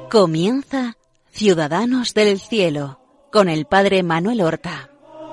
Comienza Ciudadanos del Cielo con el Padre Manuel Horta.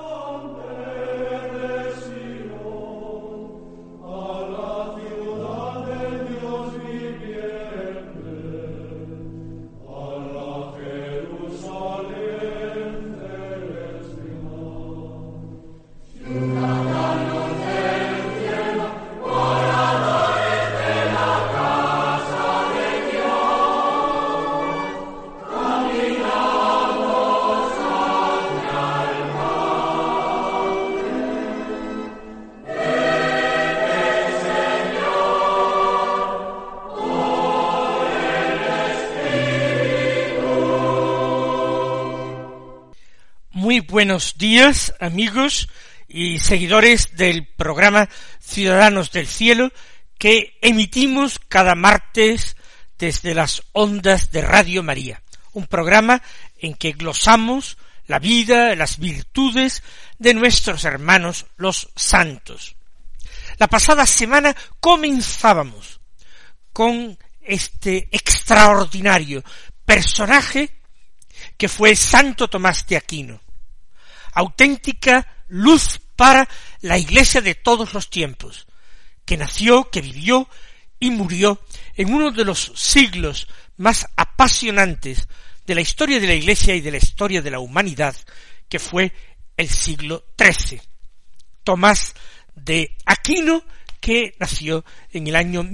Muy buenos días, amigos y seguidores del programa Ciudadanos del Cielo, que emitimos cada martes desde las ondas de Radio María, un programa en que glosamos la vida, las virtudes de nuestros hermanos los santos. La pasada semana comenzábamos con este extraordinario personaje que fue Santo Tomás de Aquino, auténtica luz para la Iglesia de todos los tiempos, que nació, que vivió y murió en uno de los siglos más apasionantes de la historia de la Iglesia y de la historia de la humanidad, que fue el siglo XIII. Tomás de Aquino, que nació en el año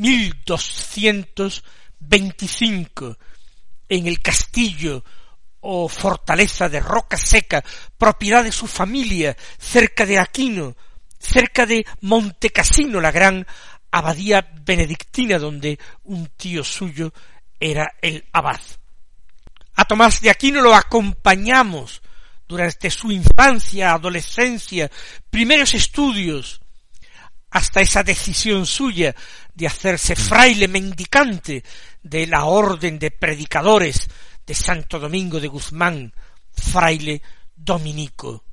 1225 en el castillo o fortaleza de Rocaseca, propiedad de su familia, cerca de Aquino, cerca de Montecassino, la gran abadía benedictina donde un tío suyo era el abad. A Tomás de Aquino lo acompañamos durante su infancia, adolescencia, primeros estudios, hasta esa decisión suya de hacerse fraile mendicante de la orden de predicadores de Santo Domingo de Guzmán, fraile dominico.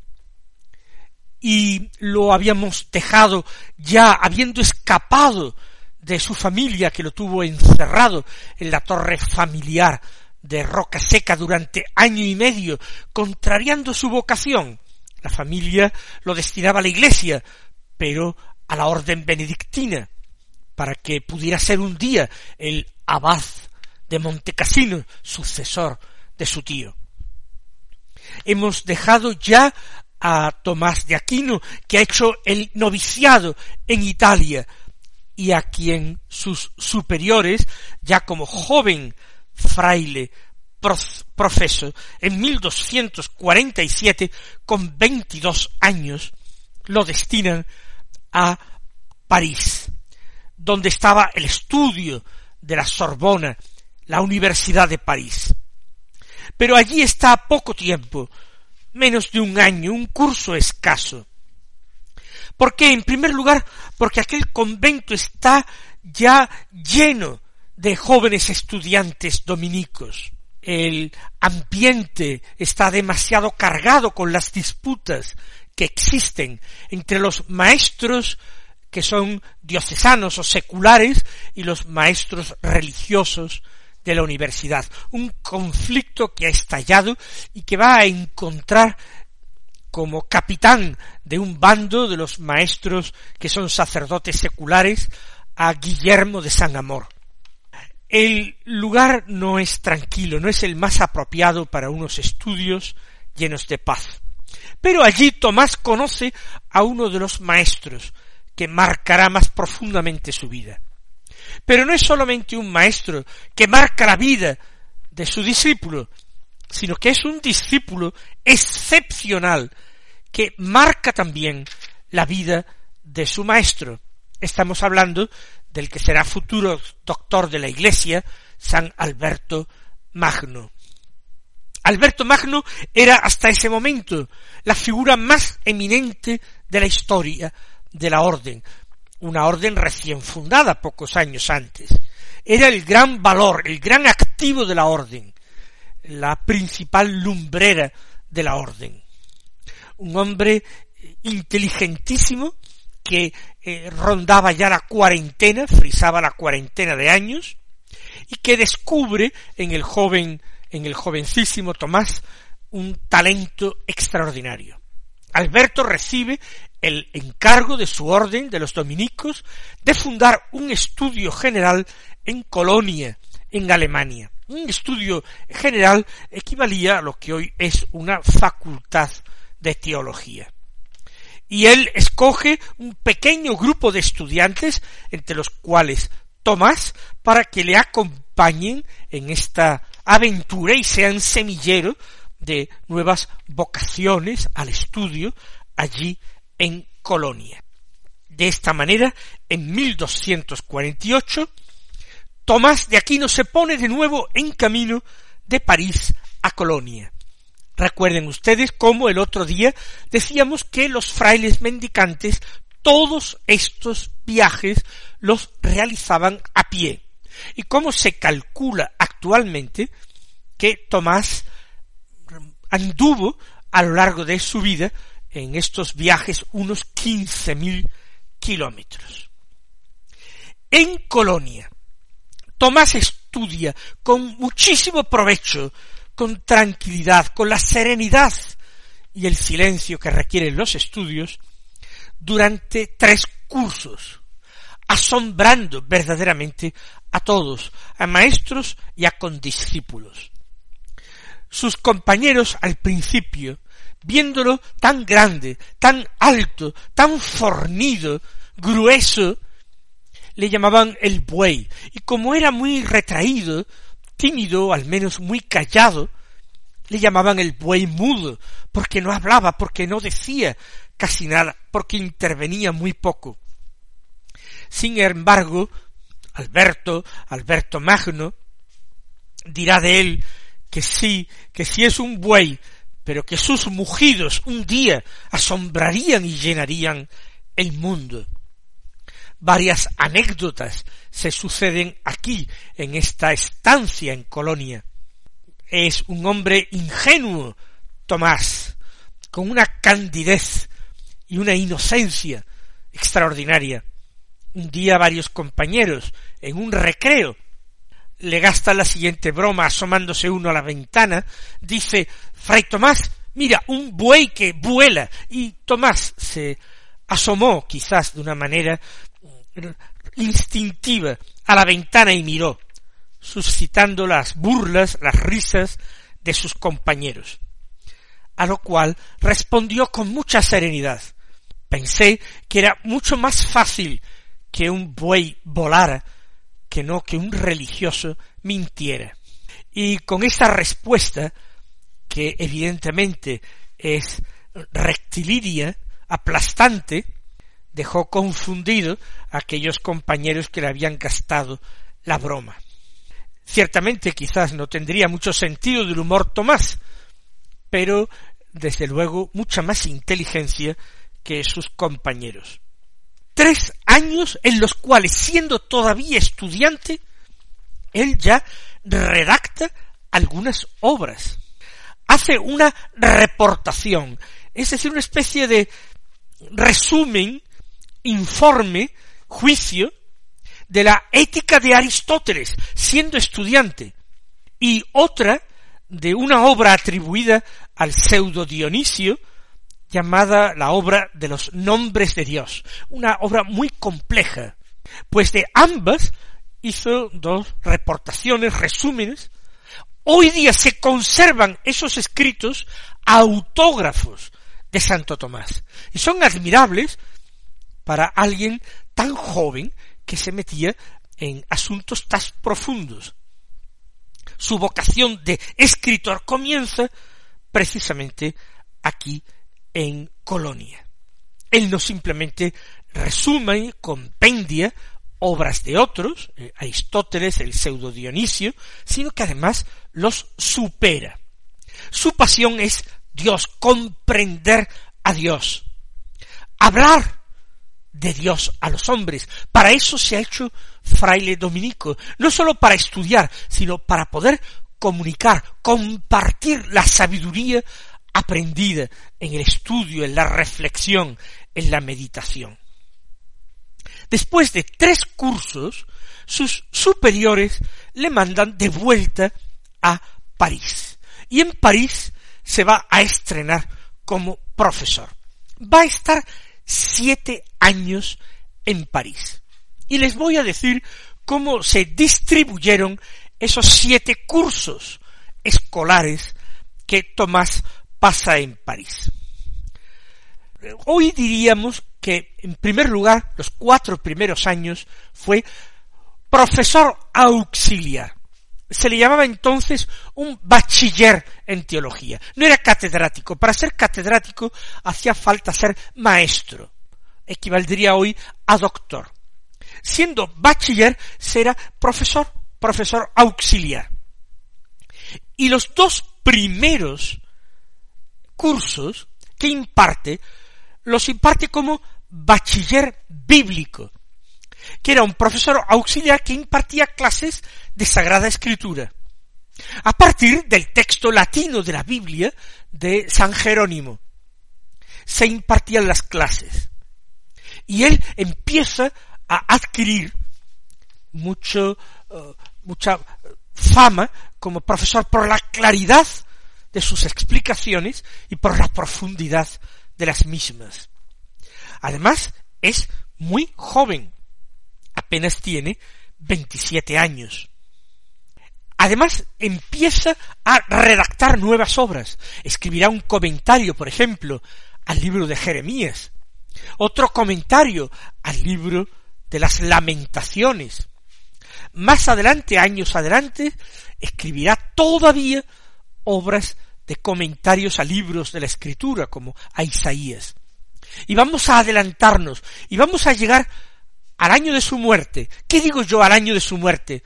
Y lo habíamos dejado ya habiendo escapado de su familia, que lo tuvo encerrado en la torre familiar de Rocaseca durante año y medio, contrariando su vocación. La familia lo destinaba a la Iglesia, pero a la orden benedictina, para que pudiera ser un día el abad de Montecassino, sucesor de su tío. Hemos dejado ya a Tomás de Aquino, que ha hecho el noviciado en Italia, y a quien sus superiores, ya como joven fraile profeso, en 1247, con 22 años, lo destinan a París, donde estaba el estudio de la Sorbona, la Universidad de París. Pero allí está poco tiempo, menos de un año, un curso escaso. ¿Por qué? En primer lugar, porque aquel convento está ya lleno de jóvenes estudiantes dominicos. El ambiente está demasiado cargado con las disputas que existen entre los maestros que son diocesanos o seculares y los maestros religiosos de la universidad, un conflicto que ha estallado y que va a encontrar como capitán de un bando de los maestros que son sacerdotes seculares a Guillermo de San Amor. El lugar no es tranquilo, no es el más apropiado para unos estudios llenos de paz. Pero allí Tomás conoce a uno de los maestros que marcará más profundamente su vida. Pero no es solamente un maestro que marca la vida de su discípulo, sino que es un discípulo excepcional que marca también la vida de su maestro. Estamos hablando del que será futuro doctor de la Iglesia, San Alberto Magno. Alberto Magno era hasta ese momento la figura más eminente de la historia de la orden, una orden recién fundada pocos años antes. Era el gran valor, el gran activo de la orden, la principal lumbrera de la orden. Un hombre inteligentísimo que rondaba ya la cuarentena, frisaba la cuarentena de años, y que descubre en el jovencísimo Tomás, un talento extraordinario. Alberto recibe el encargo de su orden, de los dominicos, de fundar un estudio general en Colonia, en Alemania. Un estudio general equivalía a lo que hoy es una facultad de teología. Y él escoge un pequeño grupo de estudiantes, entre los cuales Tomás, para que le acompañen en esta aventura y sean semillero de nuevas vocaciones al estudio allí en Colonia. De esta manera, en 1248, Tomás de Aquino se pone de nuevo en camino de París a Colonia. Recuerden ustedes cómo el otro día decíamos que los frailes mendicantes todos estos viajes los realizaban a pie, y cómo se calcula actualmente que Tomás anduvo a lo largo de su vida en estos viajes unos 15.000 kilómetros. En Colonia, Tomás estudia con muchísimo provecho, con tranquilidad, con la serenidad y el silencio que requieren los estudios, durante 3 cursos, asombrando verdaderamente a todos, a maestros y a condiscípulos. Sus compañeros al principio, viéndolo tan grande, tan alto, tan fornido, grueso, le llamaban el buey, y como era muy retraído, tímido, al menos muy callado, le llamaban el buey mudo, porque no hablaba, porque no decía casi nada, porque intervenía muy poco. Sin embargo, Alberto Magno, dirá de él que sí es un buey, pero que sus mugidos un día asombrarían y llenarían el mundo. Varias anécdotas se suceden aquí, en esta estancia en Colonia. Es un hombre ingenuo, Tomás, con una candidez y una inocencia extraordinaria. Un día varios compañeros, en un recreo, le gastan la siguiente broma, asomándose uno a la ventana, dice: Fray Tomás, mira, un buey que vuela. Y Tomás se asomó, quizás de una manera instintiva, a la ventana y miró, suscitando las burlas, las risas de sus compañeros. A lo cual respondió con mucha serenidad: pensé que era mucho más fácil que un buey volara que no que un religioso mintiera. Y con esa respuesta, que evidentemente es rectilínea, aplastante, dejó confundido a aquellos compañeros que le habían gastado la broma. Ciertamente quizás no tendría mucho sentido del humor Tomás, pero desde luego mucha más inteligencia que sus compañeros. 3 años en los cuales, siendo todavía estudiante, él ya redacta algunas obras, hace una reportación, es decir, una especie de resumen, informe, juicio de la ética de Aristóteles, siendo estudiante, y otra de una obra atribuida al pseudo Dionisio, llamada la obra de los nombres de Dios, una obra muy compleja, pues de ambas hizo 2 reportaciones, resúmenes. Hoy día se conservan esos escritos autógrafos de Santo Tomás, y son admirables para alguien tan joven que se metía en asuntos tan profundos. Su vocación de escritor comienza precisamente aquí en Colonia. Él no simplemente resume, compendia obras de otros, Aristóteles, el pseudo Dionisio, sino que además los supera. Su pasión es Dios, comprender a Dios, hablar de Dios a los hombres. Para eso se ha hecho fraile dominico, no sólo para estudiar, sino para poder comunicar, compartir la sabiduría aprendida en el estudio, en la reflexión, en la meditación. Después de 3 cursos, sus superiores le mandan de vuelta a París. Y en París se va a estrenar como profesor. Va a estar 7 años en París. Y les voy a decir cómo se distribuyeron esos 7 cursos escolares que Tomás pasa en París. Hoy diríamos que, en primer lugar, los 4 primeros años fue profesor auxiliar. Se le llamaba entonces un bachiller en teología. No era catedrático. Para ser catedrático hacía falta ser maestro. Equivaldría hoy a doctor. Siendo bachiller, será profesor auxiliar. Y los 2 primeros cursos que imparte, los imparte como bachiller bíblico, que era un profesor auxiliar que impartía clases de Sagrada Escritura, a partir del texto latino de la Biblia de San Jerónimo. Se impartían las clases. Y él empieza a adquirir mucha fama como profesor por la claridad de sus explicaciones y por la profundidad de las mismas. Además, es muy joven, apenas tiene 27 años. Además, empieza a redactar nuevas obras. Escribirá un comentario, por ejemplo, al libro de Jeremías, otro comentario al libro de las Lamentaciones. Más adelante, años adelante, escribirá todavía obras de comentarios a libros de la Escritura, como a Isaías. Y vamos a adelantarnos, y vamos a llegar al año de su muerte. ¿Qué digo yo al año de su muerte?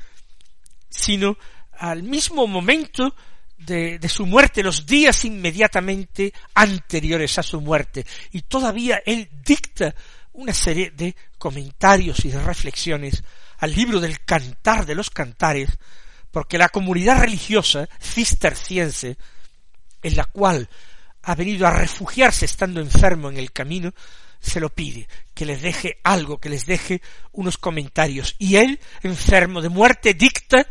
Sino al mismo momento de su muerte, los días inmediatamente anteriores a su muerte. Y todavía él dicta una serie de comentarios y de reflexiones al libro del Cantar de los Cantares, porque la comunidad religiosa cisterciense, en la cual ha venido a refugiarse estando enfermo en el camino, se lo pide, que les deje algo, que les deje unos comentarios. Y él, enfermo de muerte, dicta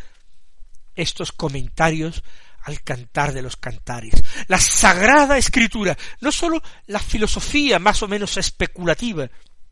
estos comentarios al Cantar de los Cantares. La Sagrada Escritura, no sólo la filosofía más o menos especulativa,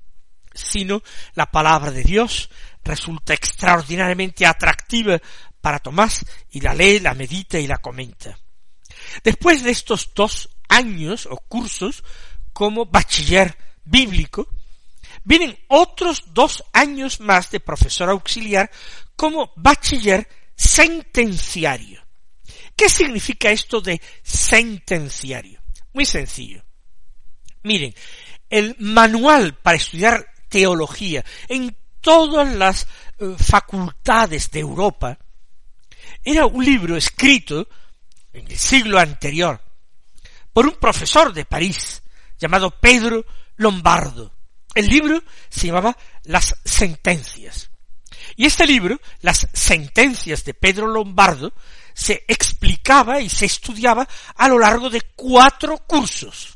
sino la palabra de Dios, resulta extraordinariamente atractiva para Tomás, y la lee, la medita y la comenta. Después de estos 2 años o cursos como bachiller bíblico, vienen otros 2 años más de profesor auxiliar como bachiller sentenciario. ¿Qué significa esto de sentenciario? Muy sencillo. Miren, el manual para estudiar teología en todas las facultades de Europa era un libro escrito en el siglo anterior por un profesor de París llamado Pedro Lombardo. El libro se llamaba Las Sentencias. Y este libro, Las Sentencias de Pedro Lombardo, se explicaba y se estudiaba a lo largo de 4 cursos.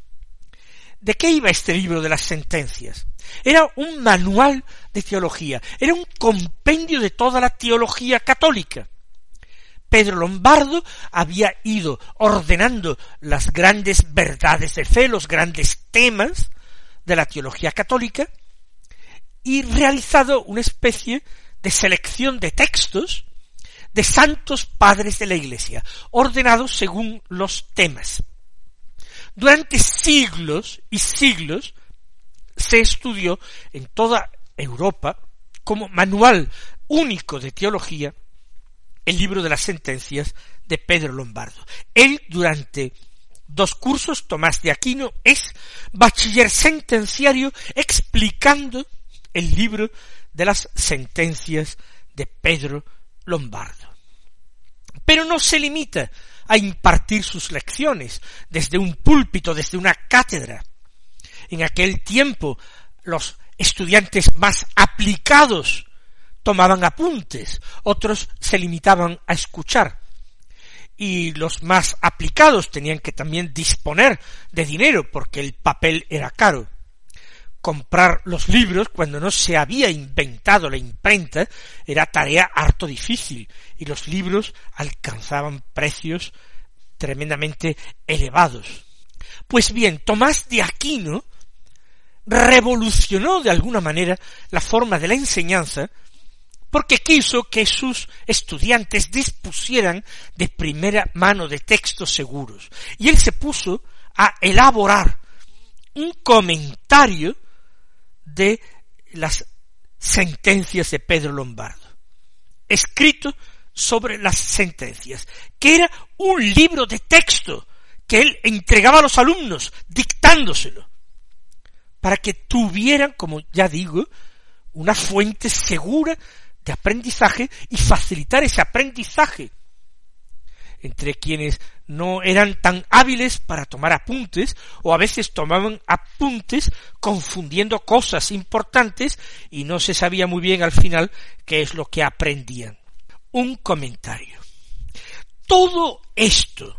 ¿De qué iba este libro de las sentencias? Era un manual de teología, era un compendio de toda la teología católica. Pedro Lombardo había ido ordenando las grandes verdades de fe, los grandes temas de la teología católica, y realizado una especie de selección de textos de santos padres de la Iglesia, ordenados según los temas. Durante siglos y siglos se estudió en toda Europa como manual único de teología el libro de las sentencias de Pedro Lombardo. Él, durante 2 cursos, Tomás de Aquino, es bachiller sentenciario explicando el libro de las sentencias de Pedro Lombardo. Pero no se limita a impartir sus lecciones desde un púlpito, desde una cátedra. En aquel tiempo, los estudiantes más aplicados tomaban apuntes, otros se limitaban a escuchar, y los más aplicados tenían que también disponer de dinero porque el papel era caro. comprar los libros, cuando no se había inventado la imprenta, era tarea harto difícil, y los libros alcanzaban precios tremendamente elevados. Pues bien, Tomás de Aquino revolucionó de alguna manera la forma de la enseñanza, porque quiso que sus estudiantes dispusieran de primera mano de textos seguros, y él se puso a elaborar un comentario de las sentencias de Pedro Lombardo, escrito sobre las sentencias, que era un libro de texto que él entregaba a los alumnos, dictándoselo, para que tuvieran, como ya digo, una fuente segura de aprendizaje y facilitar ese aprendizaje entre quienes no eran tan hábiles para tomar apuntes, o a veces tomaban apuntes confundiendo cosas importantes y no se sabía muy bien al final qué es lo que aprendían. Un comentario. Todo esto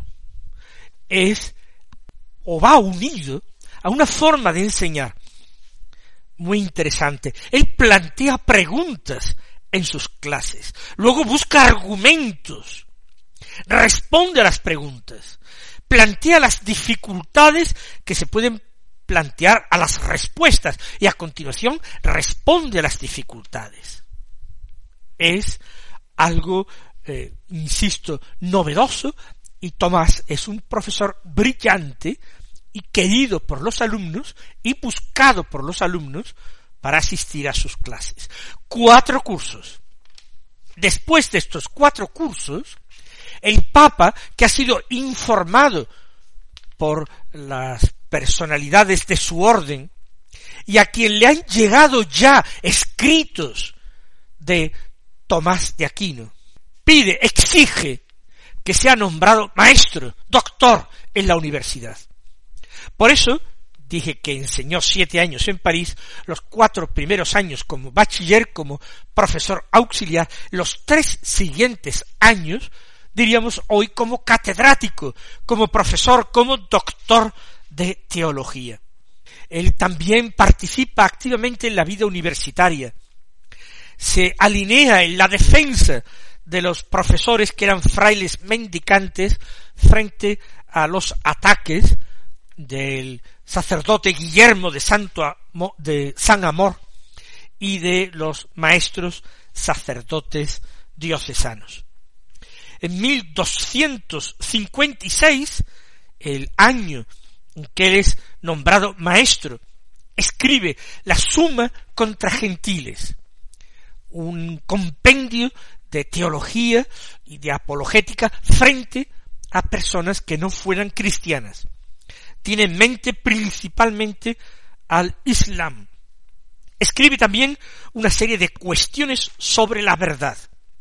es o va unido a una forma de enseñar muy interesante. Él plantea preguntas en sus clases, luego busca argumentos, responde a las preguntas, plantea las dificultades que se pueden plantear a las respuestas y a continuación responde a las dificultades. Es algo, insisto, novedoso, y Tomás es un profesor brillante y querido por los alumnos y buscado por los alumnos para asistir a sus clases. 4 cursos. Después de estos 4 cursos, el Papa, que ha sido informado por las personalidades de su orden, y a quien le han llegado ya escritos de Tomás de Aquino, exige que sea nombrado maestro, doctor en la universidad. Por eso dije que enseñó 7 años en París, los 4 primeros años como bachiller, como profesor auxiliar, los 3 siguientes años, diríamos hoy, como catedrático, como profesor, como doctor de teología. Él también participa activamente en la vida universitaria, se alinea en la defensa de los profesores que eran frailes mendicantes frente a los ataques del sacerdote Guillermo de San Amor y de los maestros sacerdotes diocesanos. En 1256, el año en que él es nombrado maestro, escribe la Summa contra Gentiles, un compendio de teología y de apologética frente a personas que no fueran cristianas. Tiene en mente principalmente al Islam. Escribe también una serie de cuestiones sobre la verdad.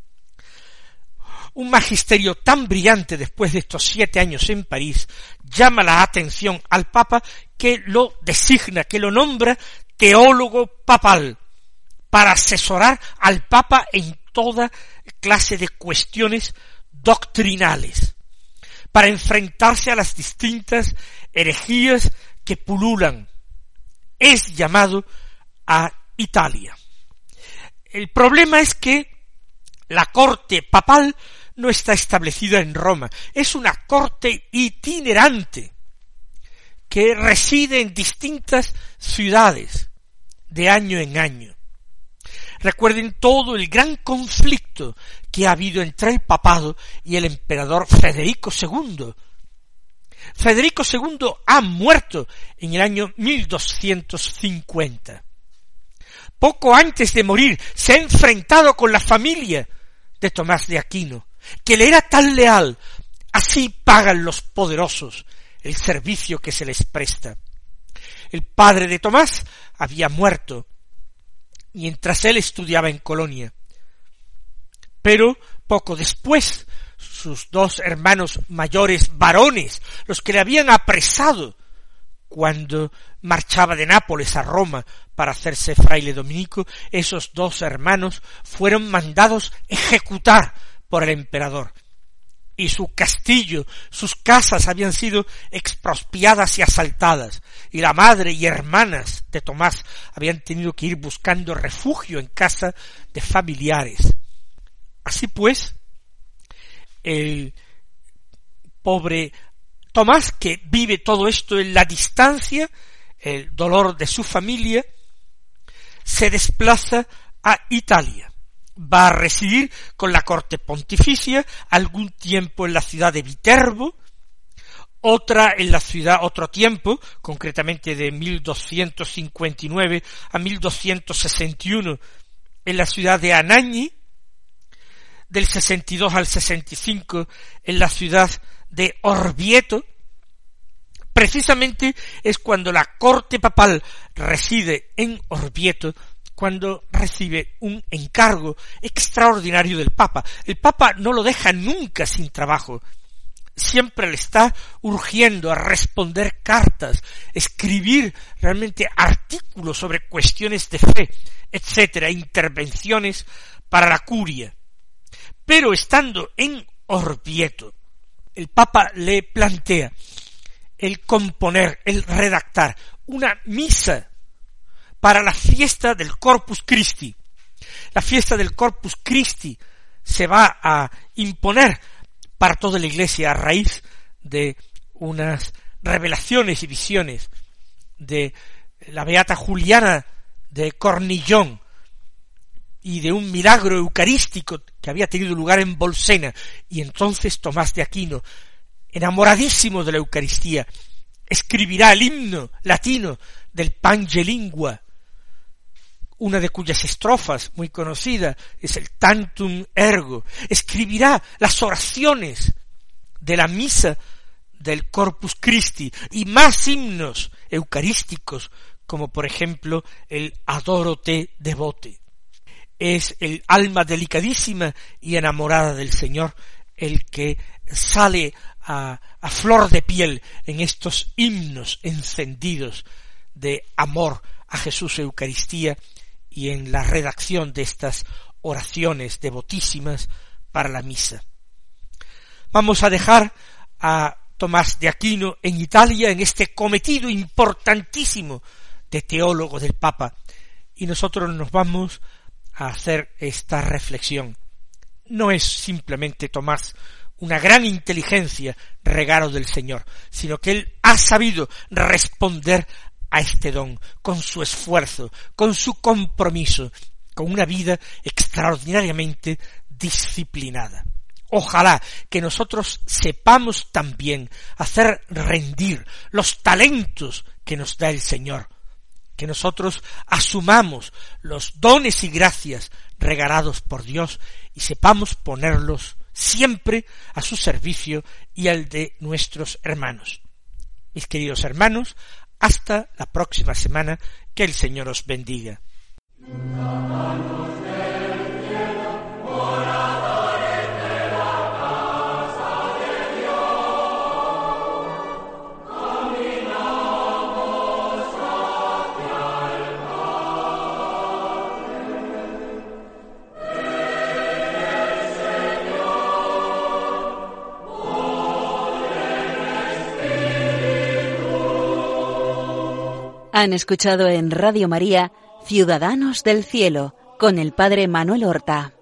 Un magisterio tan brillante después de estos 7 años en París llama la atención al Papa, que lo designa, que lo nombra teólogo papal, para asesorar al Papa en toda clase de cuestiones doctrinales, para enfrentarse a las distintas herejías que pululan. Es llamado a Italia. El problema es que la corte papal no está establecida en Roma, es una corte itinerante que reside en distintas ciudades de año en año. Recuerden todo el gran conflicto que ha habido entre el papado y el emperador Federico II. Federico II ha muerto en el año 1250. Poco antes de morir se ha enfrentado con la familia de Tomás de Aquino, que le era tan leal. Así pagan los poderosos el servicio que se les presta. El padre de Tomás había muerto mientras él estudiaba en Colonia, pero poco después sus 2 hermanos mayores varones, los que le habían apresado cuando marchaba de Nápoles a Roma para hacerse fraile dominico, esos 2 hermanos fueron mandados ejecutar por el emperador. y su castillo, sus casas habían sido expropiadas y asaltadas, y la madre y hermanas de Tomás habían tenido que ir buscando refugio en casa de familiares. Así pues, el pobre Tomás, que vive todo esto en la distancia, el dolor de su familia, se desplaza a Italia. Va a residir con la corte pontificia algún tiempo en la ciudad de Viterbo, otro tiempo, concretamente de 1259 a 1261, en la ciudad de Anagni, del 62 al 65 en la ciudad de Orvieto. Precisamente es cuando la corte papal reside en Orvieto, cuando recibe un encargo extraordinario del Papa. El Papa no lo deja nunca sin trabajo, siempre le está urgiendo a responder cartas, escribir realmente artículos sobre cuestiones de fe, etcétera, intervenciones para la curia. Pero estando en Orvieto, el Papa le plantea el componer, el redactar una misa para la fiesta del Corpus Christi. La fiesta del Corpus Christi se va a imponer para toda la Iglesia a raíz de unas revelaciones y visiones de la beata Juliana de Cornillón y de un milagro eucarístico que había tenido lugar en Bolsena. Y entonces Tomás de Aquino, enamoradísimo de la Eucaristía, escribirá el himno latino del Pange Lingua, una de cuyas estrofas muy conocida es el Tantum Ergo. Escribirá las oraciones de la misa del Corpus Christi y más himnos eucarísticos, como por ejemplo el Adoro te devote. Es el alma delicadísima y enamorada del Señor el que sale a flor de piel en estos himnos encendidos de amor a Jesús Eucaristía y en la redacción de estas oraciones devotísimas para la misa. Vamos a dejar a Tomás de Aquino en Italia en este cometido importantísimo de teólogo del Papa, y nosotros nos vamos a hacer esta reflexión. No es simplemente Tomás una gran inteligencia, regalo del Señor, sino que él ha sabido responder a este don con su esfuerzo, con su compromiso, con una vida extraordinariamente disciplinada. Ojalá que nosotros sepamos también hacer rendir los talentos que nos da el Señor, que nosotros asumamos los dones y gracias regalados por Dios y sepamos ponerlos siempre a su servicio y al de nuestros hermanos. Mis queridos hermanos, hasta la próxima semana, que el Señor os bendiga. Han escuchado en Radio María Ciudadanos del Cielo con el Padre Manuel Horta.